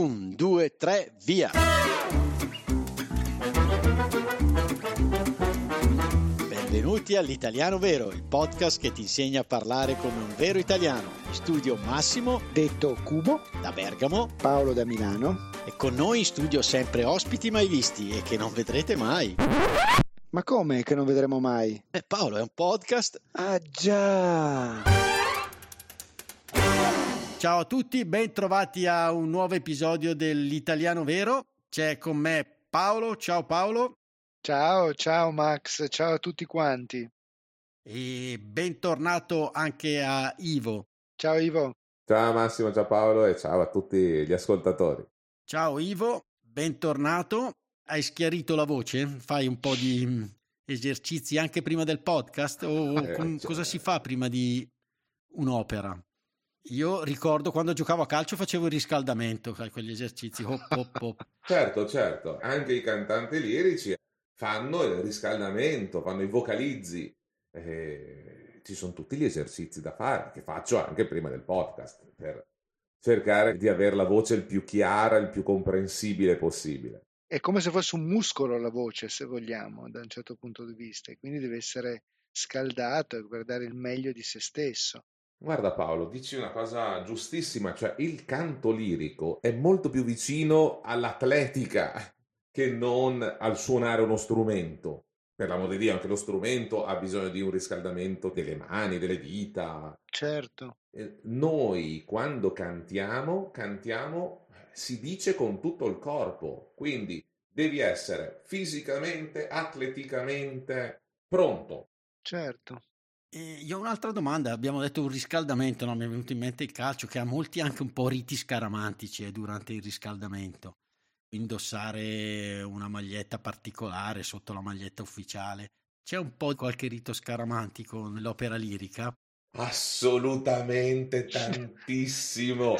1, 2, 3, via! Benvenuti all'Italiano Vero, il podcast che ti insegna a parlare come un vero italiano. In studio Massimo, detto Cubo, da Bergamo, Paolo da Milano. E con noi in studio sempre ospiti mai visti e che non vedrete mai. Ma come che non vedremo mai? Paolo, è un podcast. Ah già! Ciao a tutti, ben trovati a un nuovo episodio dell'Italiano Vero. C'è con me Paolo. Ciao Paolo. Ciao Max, ciao a tutti quanti. E bentornato anche a Ivo. Ciao Ivo. Ciao Massimo, ciao Paolo e ciao a tutti gli ascoltatori. Ciao Ivo, bentornato. Hai schiarito la voce? Fai un po' di esercizi anche prima del podcast? Cosa si fa prima di un'opera? Io ricordo quando giocavo a calcio facevo il riscaldamento, quegli esercizi. Hop, hop, hop. Certo, anche i cantanti lirici fanno il riscaldamento, fanno i vocalizzi. Ci sono tutti gli esercizi da fare, che faccio anche prima del podcast, per cercare di avere la voce il più chiara, il più comprensibile possibile. È come se fosse un muscolo la voce, se vogliamo, da un certo punto di vista, e quindi deve essere scaldato per dare il meglio di se stesso. Guarda Paolo, dici una cosa giustissima, cioè il canto lirico è molto più vicino all'atletica che non al suonare uno strumento. Per l'amor di Dio, anche lo strumento ha bisogno di un riscaldamento delle mani, delle dita. Certo. Noi quando cantiamo, si dice con tutto il corpo, quindi devi essere fisicamente, atleticamente pronto. Certo. Io ho un'altra domanda, abbiamo detto un riscaldamento, no? Mi è venuto in mente il calcio che ha molti anche un po' riti scaramantici durante il riscaldamento, indossare una maglietta particolare sotto la maglietta ufficiale, c'è un po' qualche rito scaramantico nell'opera lirica? Assolutamente tantissimo.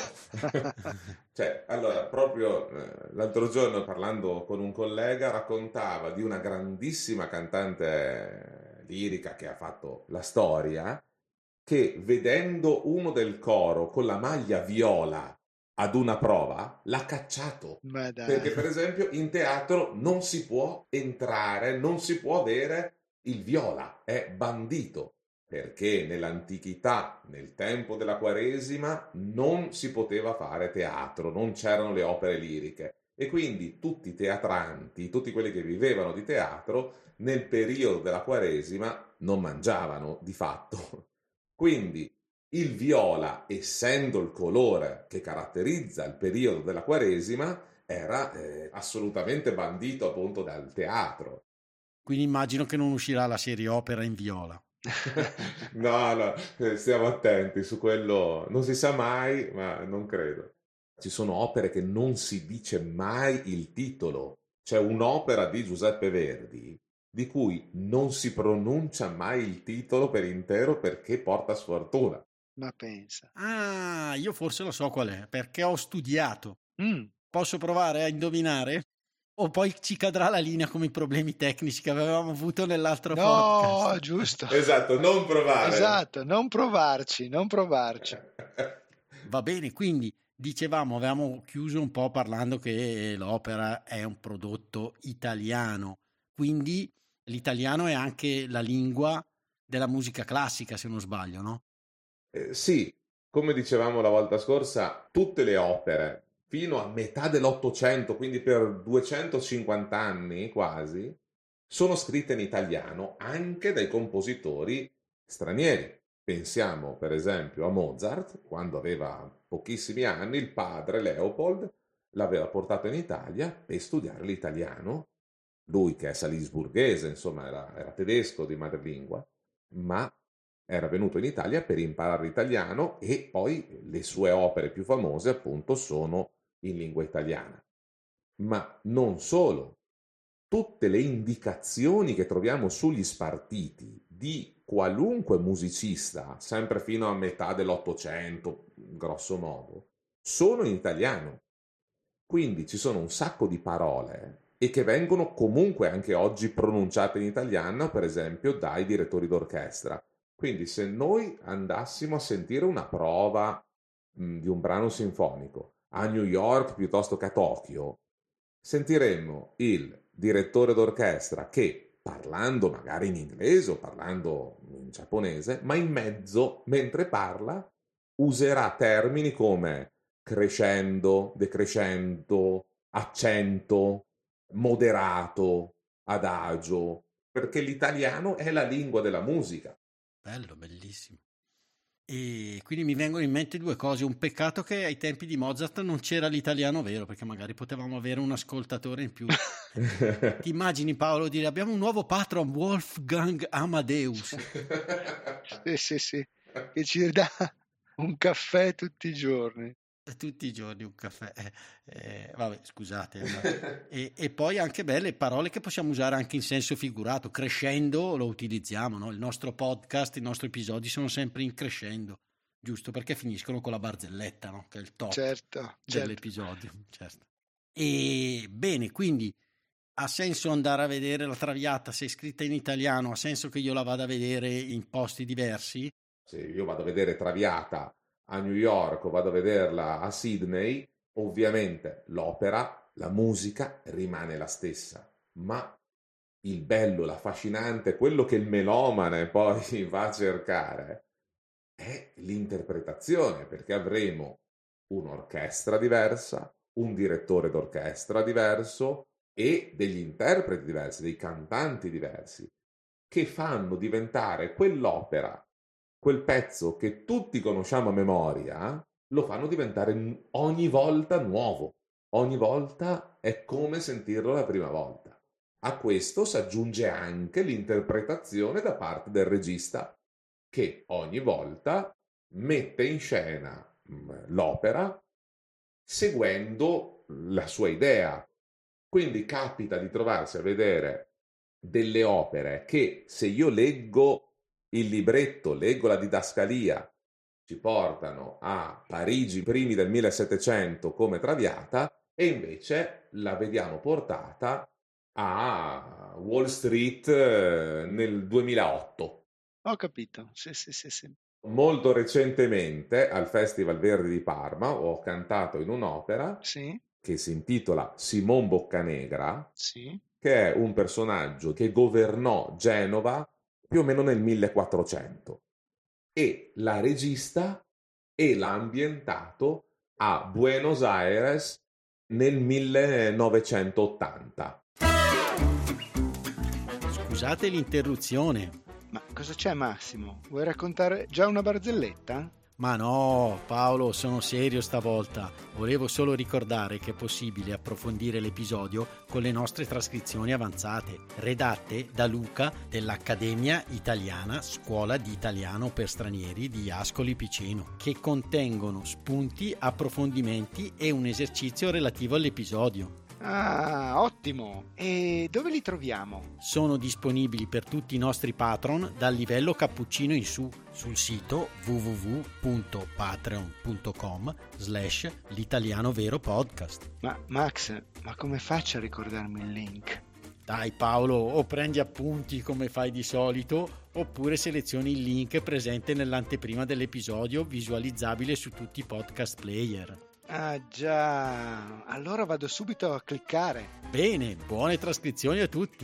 Cioè, allora, proprio l'altro giorno parlando con un collega raccontava di una grandissima cantante lirica che ha fatto la storia, che vedendo uno del coro con la maglia viola ad una prova l'ha cacciato. Ma dai. Perché per esempio in teatro non si può entrare, non si può avere il viola, è bandito. Perché nell'antichità, nel tempo della Quaresima, non si poteva fare teatro, non c'erano le opere liriche. E quindi tutti i teatranti, tutti quelli che vivevano di teatro, nel periodo della Quaresima non mangiavano di fatto. Quindi il viola, essendo il colore che caratterizza il periodo della Quaresima, era assolutamente bandito appunto dal teatro. Quindi immagino che non uscirà la serie opera in viola. No, stiamo attenti su quello, non si sa mai, ma non credo. Ci sono opere che non si dice mai il titolo. C'è un'opera di Giuseppe Verdi di cui non si pronuncia mai il titolo per intero perché porta sfortuna. Ma pensa. Ah, io forse lo so qual è, perché ho studiato. Mm. Posso provare a indovinare? O poi ci cadrà la linea come i problemi tecnici che avevamo avuto nell'altro podcast. No, giusto. Esatto, non provare. Esatto, non provarci. Va bene, quindi dicevamo, avevamo chiuso un po' parlando che l'opera è un prodotto italiano, quindi l'italiano è anche la lingua della musica classica, se non sbaglio, no? Sì, come dicevamo la volta scorsa, tutte le opere fino a metà dell'Ottocento, quindi per 250 anni quasi, sono scritte in italiano anche dai compositori stranieri. Pensiamo per esempio a Mozart, quando aveva pochissimi anni, il padre Leopold l'aveva portato in Italia per studiare l'italiano. Lui che è salisburghese, insomma era tedesco di madrelingua, ma era venuto in Italia per imparare l'italiano e poi le sue opere più famose appunto sono in lingua italiana. Ma non solo, tutte le indicazioni che troviamo sugli spartiti di qualunque musicista, sempre fino a metà dell'Ottocento, grosso modo, sono in italiano. Quindi ci sono un sacco di parole e che vengono comunque anche oggi pronunciate in italiano, per esempio, dai direttori d'orchestra. Quindi se noi andassimo a sentire una prova di un brano sinfonico a New York piuttosto che a Tokyo, sentiremmo il direttore d'orchestra che, parlando magari in inglese o parlando in giapponese, ma in mezzo, mentre parla, userà termini come crescendo, decrescendo, accento, moderato, adagio, perché l'italiano è la lingua della musica. Bello, bellissimo. E quindi mi vengono in mente due cose. Un peccato che ai tempi di Mozart non c'era l'italiano vero, perché magari potevamo avere un ascoltatore in più. Ti immagini, Paolo, dire abbiamo un nuovo patron, Wolfgang Amadeus. Sì, che ci dà un caffè tutti i giorni. Tutti i giorni un caffè. Vabbè, scusate. E poi anche belle parole che possiamo usare anche in senso figurato. Crescendo lo utilizziamo, no? Il nostro podcast, i nostri episodi sono sempre in crescendo, giusto? Perché finiscono con la barzelletta, no? Che è il top Certo. dell'episodio. Certo. E bene, quindi ha senso andare a vedere la Traviata, se è scritta in italiano, ha senso che io la vada a vedere in posti diversi? Se io vado a vedere Traviata a New York o vado a vederla a Sydney, ovviamente l'opera, la musica rimane la stessa, ma il bello, l'affascinante, quello che il melomane poi va a cercare è l'interpretazione, perché avremo un'orchestra diversa, un direttore d'orchestra diverso e degli interpreti diversi, dei cantanti diversi, che fanno diventare quell'opera, quel pezzo che tutti conosciamo a memoria, lo fanno diventare ogni volta nuovo. Ogni volta è come sentirlo la prima volta. A questo si aggiunge anche l'interpretazione da parte del regista, che ogni volta mette in scena l'opera seguendo la sua idea. Quindi capita di trovarsi a vedere delle opere che, se io leggo il libretto, leggo la didascalia, ci portano a Parigi primi del 1700 come Traviata, e invece la vediamo portata a Wall Street nel 2008. Ho capito, sì. Molto recentemente al Festival Verdi di Parma ho cantato in un'opera Sì, che si intitola Simon Boccanegra, sì. che è un personaggio che governò Genova più o meno nel 1400, e la regista e l'ha ambientato a Buenos Aires nel 1980. Scusate l'interruzione. Ma cosa c'è, Massimo? Vuoi raccontare già una barzelletta? Ma no, Paolo, sono serio stavolta. Volevo solo ricordare che è possibile approfondire l'episodio con le nostre trascrizioni avanzate, redatte da Luca dell'Accademia Italiana Scuola di Italiano per Stranieri di Ascoli Piceno, che contengono spunti, approfondimenti e un esercizio relativo all'episodio. Ah, ottimo! E dove li troviamo? Sono disponibili per tutti i nostri patron dal livello cappuccino in su sul sito www.patreon.com/l'italiano vero podcast. Ma Max, ma come faccio a ricordarmi il link? Dai Paolo, o prendi appunti come fai di solito, oppure selezioni il link presente nell'anteprima dell'episodio visualizzabile su tutti i podcast player. Ah già, allora vado subito a cliccare. Bene, buone trascrizioni a tutti.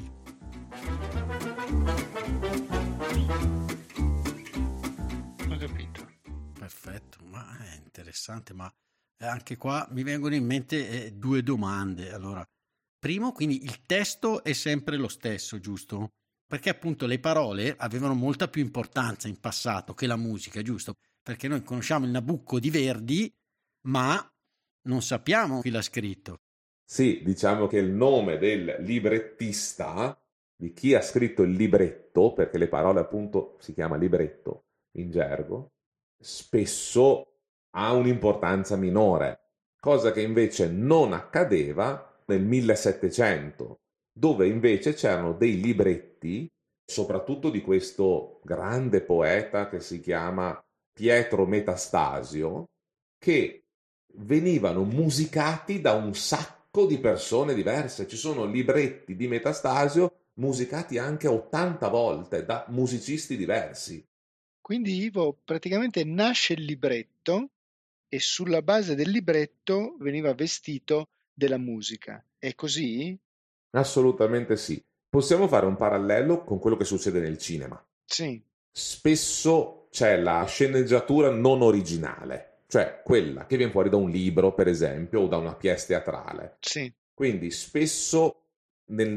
Ho capito. Perfetto, ma è interessante, ma anche qua mi vengono in mente due domande. Allora, primo, quindi il testo è sempre lo stesso, giusto? Perché appunto le parole avevano molta più importanza in passato che la musica, giusto? Perché noi conosciamo il Nabucco di Verdi, ma non sappiamo chi l'ha scritto. Sì, diciamo che il nome del librettista, di chi ha scritto il libretto, perché le parole appunto si chiama libretto in gergo, spesso ha un'importanza minore, cosa che invece non accadeva nel 1700, dove invece c'erano dei libretti, soprattutto di questo grande poeta che si chiama Pietro Metastasio, che venivano musicati da un sacco di persone diverse. Ci sono libretti di Metastasio musicati anche 80 volte da musicisti diversi. Quindi Ivo, praticamente nasce il libretto e sulla base del libretto veniva vestito della musica. È così? Assolutamente sì. Possiamo fare un parallelo con quello che succede nel cinema. Sì, Spesso c'è la sceneggiatura non originale, cioè quella che viene fuori da un libro, per esempio, o da una pièce teatrale. sì, Quindi spesso, nel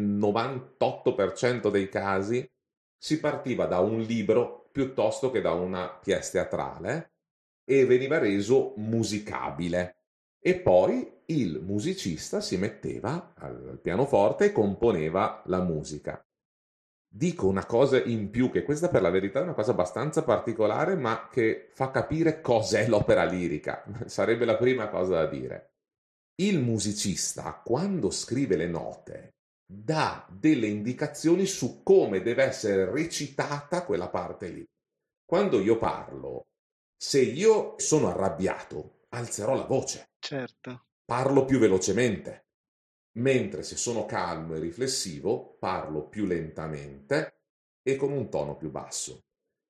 98% dei casi, si partiva da un libro piuttosto che da una pièce teatrale e veniva reso musicabile. E poi il musicista si metteva al pianoforte e componeva la musica. Dico una cosa in più, che questa per la verità è una cosa abbastanza particolare, ma che fa capire cos'è l'opera lirica. Sarebbe la prima cosa da dire. Il musicista, quando scrive le note, dà delle indicazioni su come deve essere recitata quella parte lì. Quando io parlo, se io sono arrabbiato, alzerò la voce, certo, parlo più velocemente. Mentre se sono calmo e riflessivo, parlo più lentamente e con un tono più basso.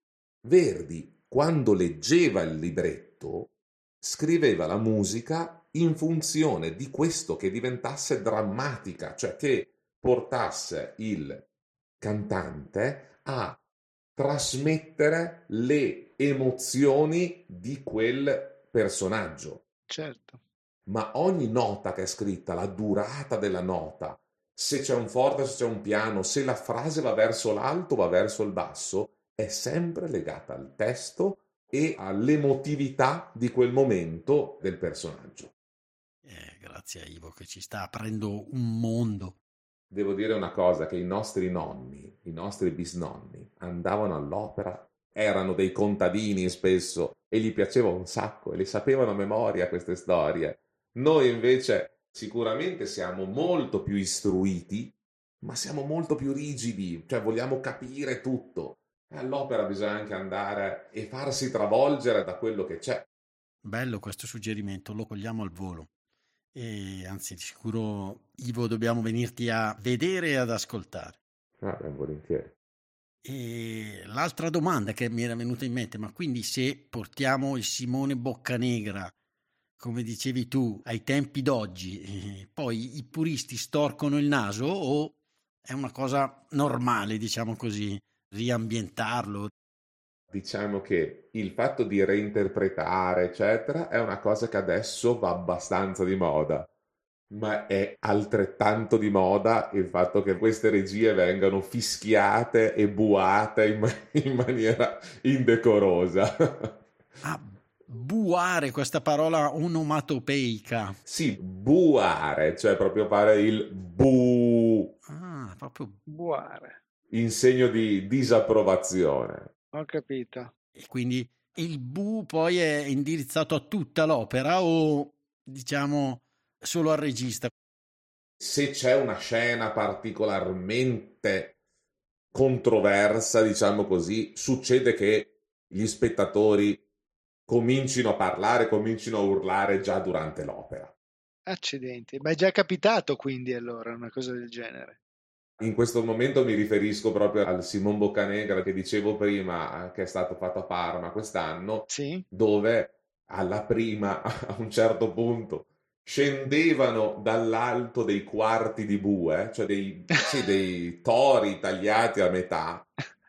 Verdi, quando leggeva il libretto, scriveva la musica in funzione di questo che diventasse drammatica, cioè che portasse il cantante a trasmettere le emozioni di quel personaggio. certo. Ma ogni nota che è scritta, la durata della nota, se c'è un forte, se c'è un piano, se la frase va verso l'alto, va verso il basso, è sempre legata al testo e all'emotività di quel momento del personaggio. Grazie a Ivo che ci sta aprendo un mondo. Devo dire una cosa, che i nostri nonni, i nostri bisnonni, andavano all'opera, erano dei contadini spesso e gli piaceva un sacco e le sapevano a memoria queste storie. Noi invece sicuramente siamo molto più istruiti, ma siamo molto più rigidi, cioè vogliamo capire tutto. E all'opera bisogna anche andare e farsi travolgere da quello che c'è. Bello questo suggerimento, lo cogliamo al volo. E anzi, di sicuro, Ivo, dobbiamo venirti a vedere e ad ascoltare. Ah, ben volentieri. E l'altra domanda che mi era venuta in mente, ma quindi se portiamo il Simone Boccanegra, come dicevi tu, ai tempi d'oggi, poi i puristi storcono il naso o è una cosa normale, diciamo così, riambientarlo? Diciamo che il fatto di reinterpretare, eccetera, è una cosa che adesso va abbastanza di moda, ma è altrettanto di moda il fatto che queste regie vengano fischiate e buate in maniera indecorosa. Ah, buare, questa parola onomatopeica. Sì, buare, cioè proprio fare il bu Ah, proprio. Buare, in segno di disapprovazione. ho capito. E quindi il bu poi è indirizzato a tutta l'opera o diciamo solo al regista? Se c'è una scena particolarmente controversa, diciamo così, succede che gli spettatori comincino a parlare, comincino a urlare già durante l'opera. Accidenti, ma è già capitato quindi allora una cosa del genere? In questo momento mi riferisco proprio al Simon Boccanegra che dicevo prima, che è stato fatto a Parma quest'anno, Sì? dove alla prima, a un certo punto, scendevano dall'alto dei quarti di bue, cioè dei tori tagliati a metà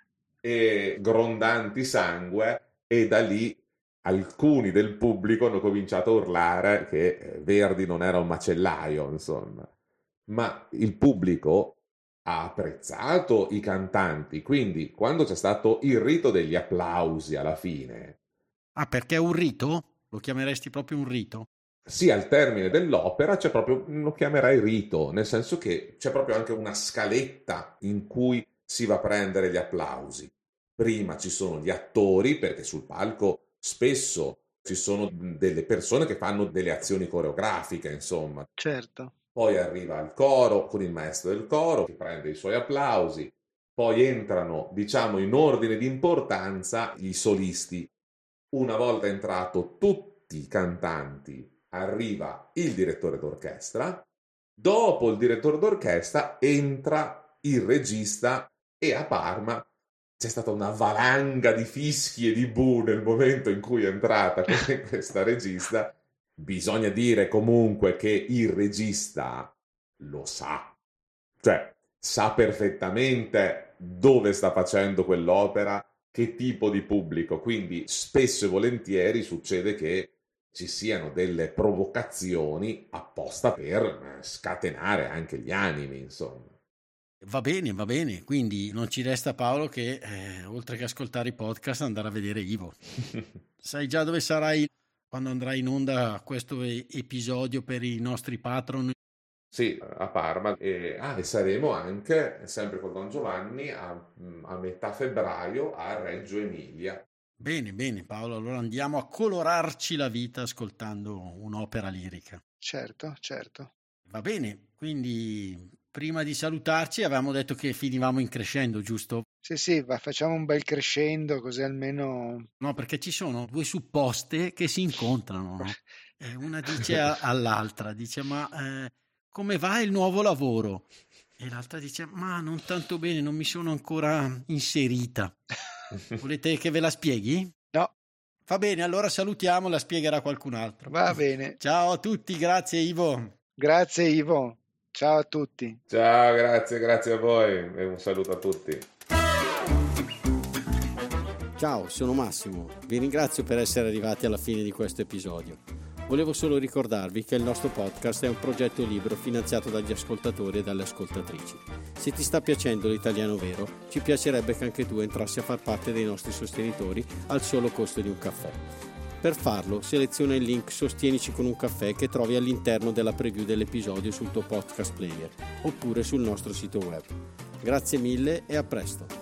e grondanti sangue, e da lì alcuni del pubblico hanno cominciato a urlare che Verdi non era un macellaio, insomma. Ma il pubblico ha apprezzato i cantanti, quindi quando c'è stato il rito degli applausi alla fine, Ah, perché è un rito? Lo chiameresti proprio un rito? sì, al termine dell'opera c'è proprio, lo chiamerei rito, nel senso che c'è proprio anche una scaletta in cui si va a prendere gli applausi. Prima ci sono gli attori, perché sul palco spesso ci sono delle persone che fanno delle azioni coreografiche, insomma. Certo, Poi arriva il coro con il maestro del coro che prende i suoi applausi. Poi entrano, diciamo, in ordine di importanza i solisti. Una volta entrato tutti i cantanti, arriva il direttore d'orchestra. Dopo il direttore d'orchestra entra il regista e a Parma c'è stata una valanga di fischi e di bu nel momento in cui è entrata questa regista. Bisogna dire comunque che il regista lo sa, cioè sa perfettamente dove sta facendo quell'opera, che tipo di pubblico, quindi spesso e volentieri succede che ci siano delle provocazioni apposta per scatenare anche gli animi, insomma. Va bene, quindi non ci resta, Paolo, che oltre che ascoltare i podcast andare a vedere Ivo. Sai già dove sarai quando andrà in onda questo episodio per i nostri patron? Sì, a Parma, e saremo anche, sempre con Don Giovanni, a metà febbraio a Reggio Emilia. Bene Paolo, allora andiamo a colorarci la vita ascoltando un'opera lirica. Certo. Va bene, quindi prima di salutarci avevamo detto che finivamo in crescendo, giusto? Sì, facciamo un bel crescendo così almeno... No, perché ci sono due supposte che si incontrano, no? Una dice all'altra, dice ma come va il nuovo lavoro? E l'altra dice ma non tanto bene, non mi sono ancora inserita. Volete che ve la spieghi? No. Va bene, allora salutiamo, la spiegherà qualcun altro. Va bene. Ciao a tutti, grazie Ivo. Grazie Ivo, ciao a tutti. Ciao, grazie a voi e un saluto a tutti. Ciao, sono Massimo, vi ringrazio per essere arrivati alla fine di questo episodio. Volevo solo ricordarvi che il nostro podcast è un progetto libero finanziato dagli ascoltatori e dalle ascoltatrici. Se ti sta piacendo l'italiano vero, ci piacerebbe che anche tu entrassi a far parte dei nostri sostenitori al solo costo di un caffè. Per farlo, seleziona il link Sostienici con un caffè che trovi all'interno della preview dell'episodio sul tuo podcast player oppure sul nostro sito web. Grazie mille e a presto!